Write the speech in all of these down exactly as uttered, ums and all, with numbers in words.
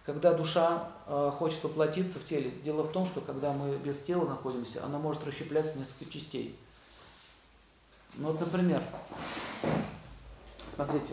когда душа э, хочет воплотиться в теле. Дело в том, что когда мы без тела находимся, она может расщепляться в несколько частей. Ну вот, например, смотрите,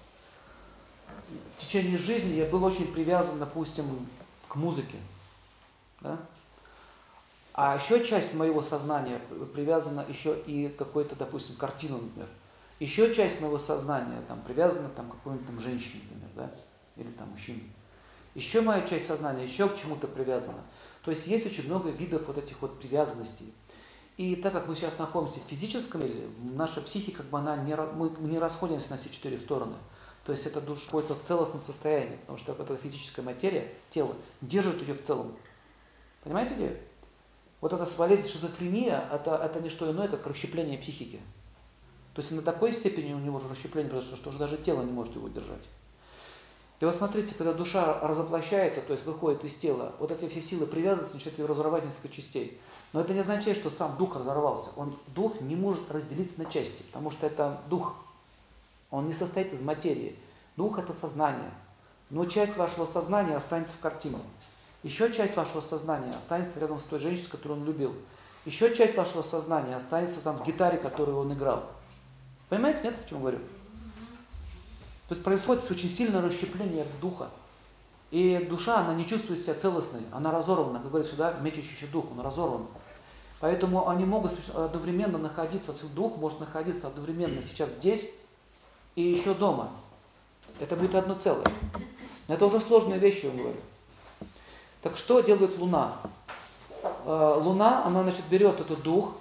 в течение жизни я был очень привязан, допустим, к музыке. Да? А еще часть моего сознания привязана еще и к какой-то, допустим, картине, например. Еще часть моего сознания там, привязана там, к какой-нибудь там женщине, например, да? Или там мужчине. Еще моя часть сознания еще к чему-то привязана. То есть есть очень много видов вот этих вот привязанностей. И так как мы сейчас находимся в физическом мире, наша психика, как бы она не, мы не расходимся на все четыре стороны. То есть эта душа находится в целостном состоянии, потому что эта физическая материя, тело, держит ее в целом. Понимаете идею? Вот эта болезнь шизофрения, это, это не что иное, как расщепление психики. То есть на такой степени у него уже расщепление произошло, что уже даже тело не может его держать. И вот смотрите, когда душа разоплощается, то есть выходит из тела, вот эти все силы привязанности начинают ее разорвать в несколько частей. Но это не означает, что сам дух разорвался. Он, дух не может разделиться на части, потому что это дух. Он не состоит из материи. Дух – это сознание. Но часть вашего сознания останется в картине. Еще часть вашего сознания останется рядом с той женщиной, которую он любил. Еще часть вашего сознания останется там в гитаре, которую он играл. Понимаете, нет, о чем говорю? То есть происходит очень сильное расщепление духа. И душа, она не чувствует себя целостной, она разорвана. Как говорят сюда, мечущий дух, он разорван. Поэтому они могут одновременно находиться, дух может находиться одновременно сейчас здесь и еще дома. Это будет одно целое. Но это уже сложные вещи, я говорю. Так что делает Луна? Луна, она, значит, берет этот дух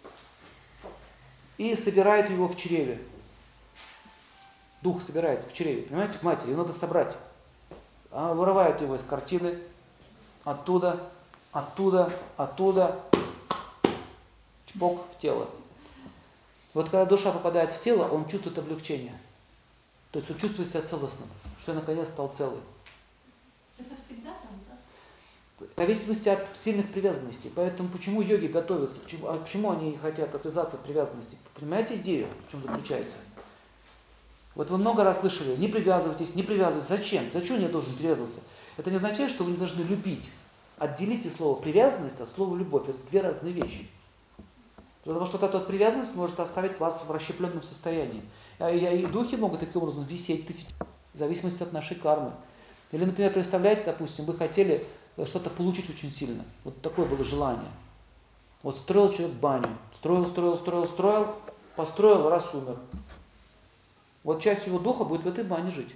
и собирает его в чреве. Дух собирается в чреве, понимаете, в матери, его надо собрать. Она вырывает его из картины, оттуда, оттуда, оттуда, чпок в тело. Вот когда душа попадает в тело, он чувствует облегчение. То есть он чувствует себя целостным, что я наконец стал целый. Это всегда там, да? В зависимости от сильных привязанностей. Поэтому почему йоги готовятся, почему, а почему они хотят отвязаться от привязанностей? Понимаете идею, в чем заключается? Вот вы много раз слышали, не привязывайтесь, не привязывайтесь. Зачем? Зачем я должен привязываться? Это не означает, что вы не должны любить. Отделите слово привязанность от слова любовь. Это две разные вещи. Потому что вот эта вот привязанность может оставить вас в расщепленном состоянии. И духи могут таким образом висеть тысяч, в зависимости от нашей кармы. Или, например, представляете, допустим, вы хотели что-то получить очень сильно. Вот такое было желание. Вот строил человек баню. Строил, строил, строил, строил, построил, раз умер. Вот часть его духа будет в этой бане жить.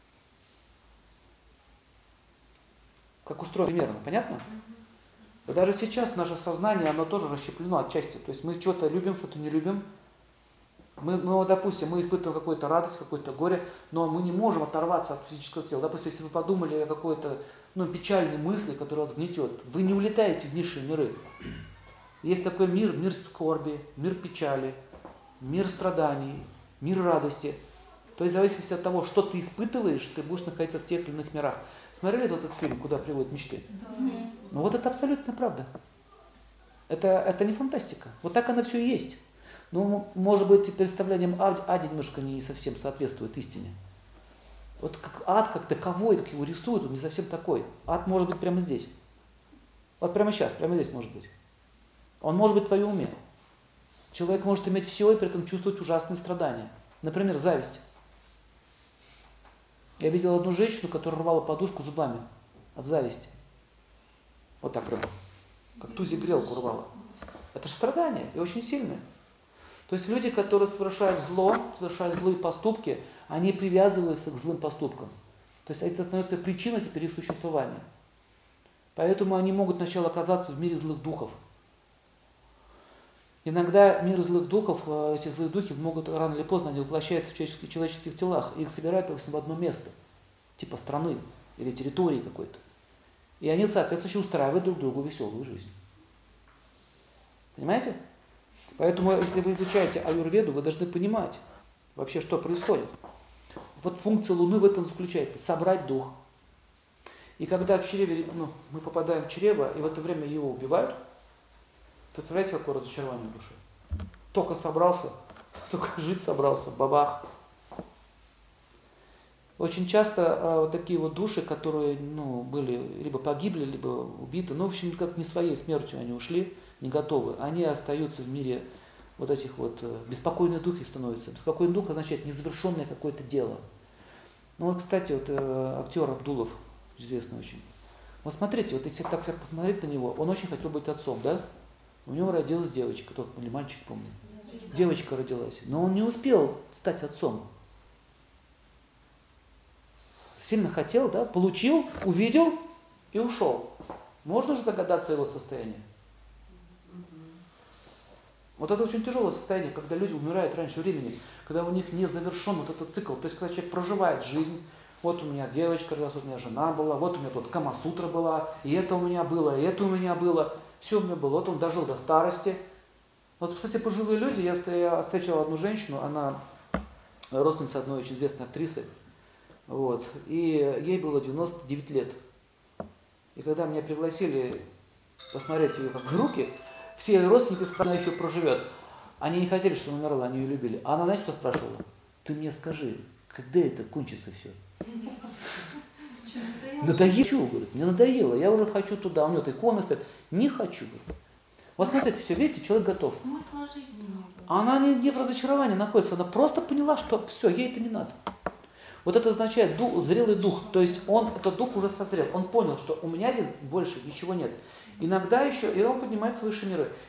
Как устроено примерно, понятно? И даже сейчас наше сознание, оно тоже расщеплено отчасти. То есть мы что-то любим, что-то не любим. Мы, ну, допустим, мы испытываем какую-то радость, какое-то горе, но мы не можем оторваться от физического тела. Допустим, если вы подумали о какой-то ну, печальной мысли, которая вас гнетет, вы не улетаете в низшие миры. Есть такой мир, мир скорби, мир печали, мир страданий, мир радости. То есть в зависимости от того, что ты испытываешь, ты будешь находиться в тех или иных мирах. Смотрели вот этот фильм «Куда приводят мечты»? Да. Ну вот это абсолютно правда. Это, это не фантастика. Вот так оно все и есть. Но, может быть, представлением ада немножко не совсем соответствует истине. Вот как ад как таковой, как его рисуют, он не совсем такой. Ад может быть прямо здесь. Вот прямо сейчас, прямо здесь может быть. Он может быть в твоем уме. Человек может иметь все и при этом чувствовать ужасные страдания. Например, зависть. Я видел одну женщину, которая рвала подушку зубами от зависти. Вот так прямо. Как тузик грелку рвала. Это же страдание, и очень сильное. То есть люди, которые совершают зло, совершают злые поступки, они привязываются к злым поступкам. То есть это становится причиной теперь их существования. Поэтому они могут сначала оказаться в мире злых духов. Иногда мир злых духов, эти злые духи могут рано или поздно, они воплощаются в человеческих, человеческих телах, и их собирают, допустим, в одно место, типа страны или территории какой-то. И они, соответственно, устраивают друг другу веселую жизнь. Понимаете? Поэтому, если вы изучаете аюрведу, вы должны понимать вообще, что происходит. Вот функция Луны в этом заключается – собрать дух. И когда в чреве, ну, мы попадаем в чрево, и в это время его убивают, представляете, какое разочарование души? Только собрался, только жить собрался, бабах. Очень часто э, вот такие вот души, которые ну, были либо погибли, либо убиты, ну, в общем, как не своей смертью они ушли, не готовы, они остаются в мире вот этих вот, э, беспокойные духи становятся. Беспокойный дух означает незавершенное какое-то дело. Ну вот, кстати, вот э, актер Абдулов, известный очень. Вот смотрите, вот если так посмотреть на него, он очень хотел быть отцом, да? У него родилась девочка, тот или мальчик, помню. Девочка родилась, но он не успел стать отцом. Сильно хотел, да, получил, увидел и ушел. Можно же догадаться его состояние? Вот это очень тяжелое состояние, когда люди умирают раньше времени, когда у них не завершен вот этот цикл. То есть, когда человек проживает жизнь, вот у меня девочка родилась, вот у меня жена была, вот у меня тут Камасутра была, и это у меня было, и это у меня было, все у меня было. Вот он дожил до старости. Вот, кстати, пожилые люди, я встречал одну женщину, она родственница одной очень известной актрисы, вот, и ей было девяносто девять лет. И когда меня пригласили посмотреть ее как в руки, все ее родственники спрашивали, она еще проживет. Они не хотели, чтобы она умерла, они ее любили. А она, знаете, что спрашивала? Ты мне скажи, когда это кончится все? Надоело, говорит, мне надоело, я уже хочу туда, у нее иконы стоят. Не хочу, говорит. Вот смотрите, все, видите, человек готов. Смысла жизни не было. Она не, не в разочаровании находится, она просто поняла, что все, ей это не надо. Вот это означает дух, зрелый дух, то есть он, этот дух уже созрел, он понял, что у меня здесь больше ничего нет. Иногда еще, и он поднимается в высшие миры.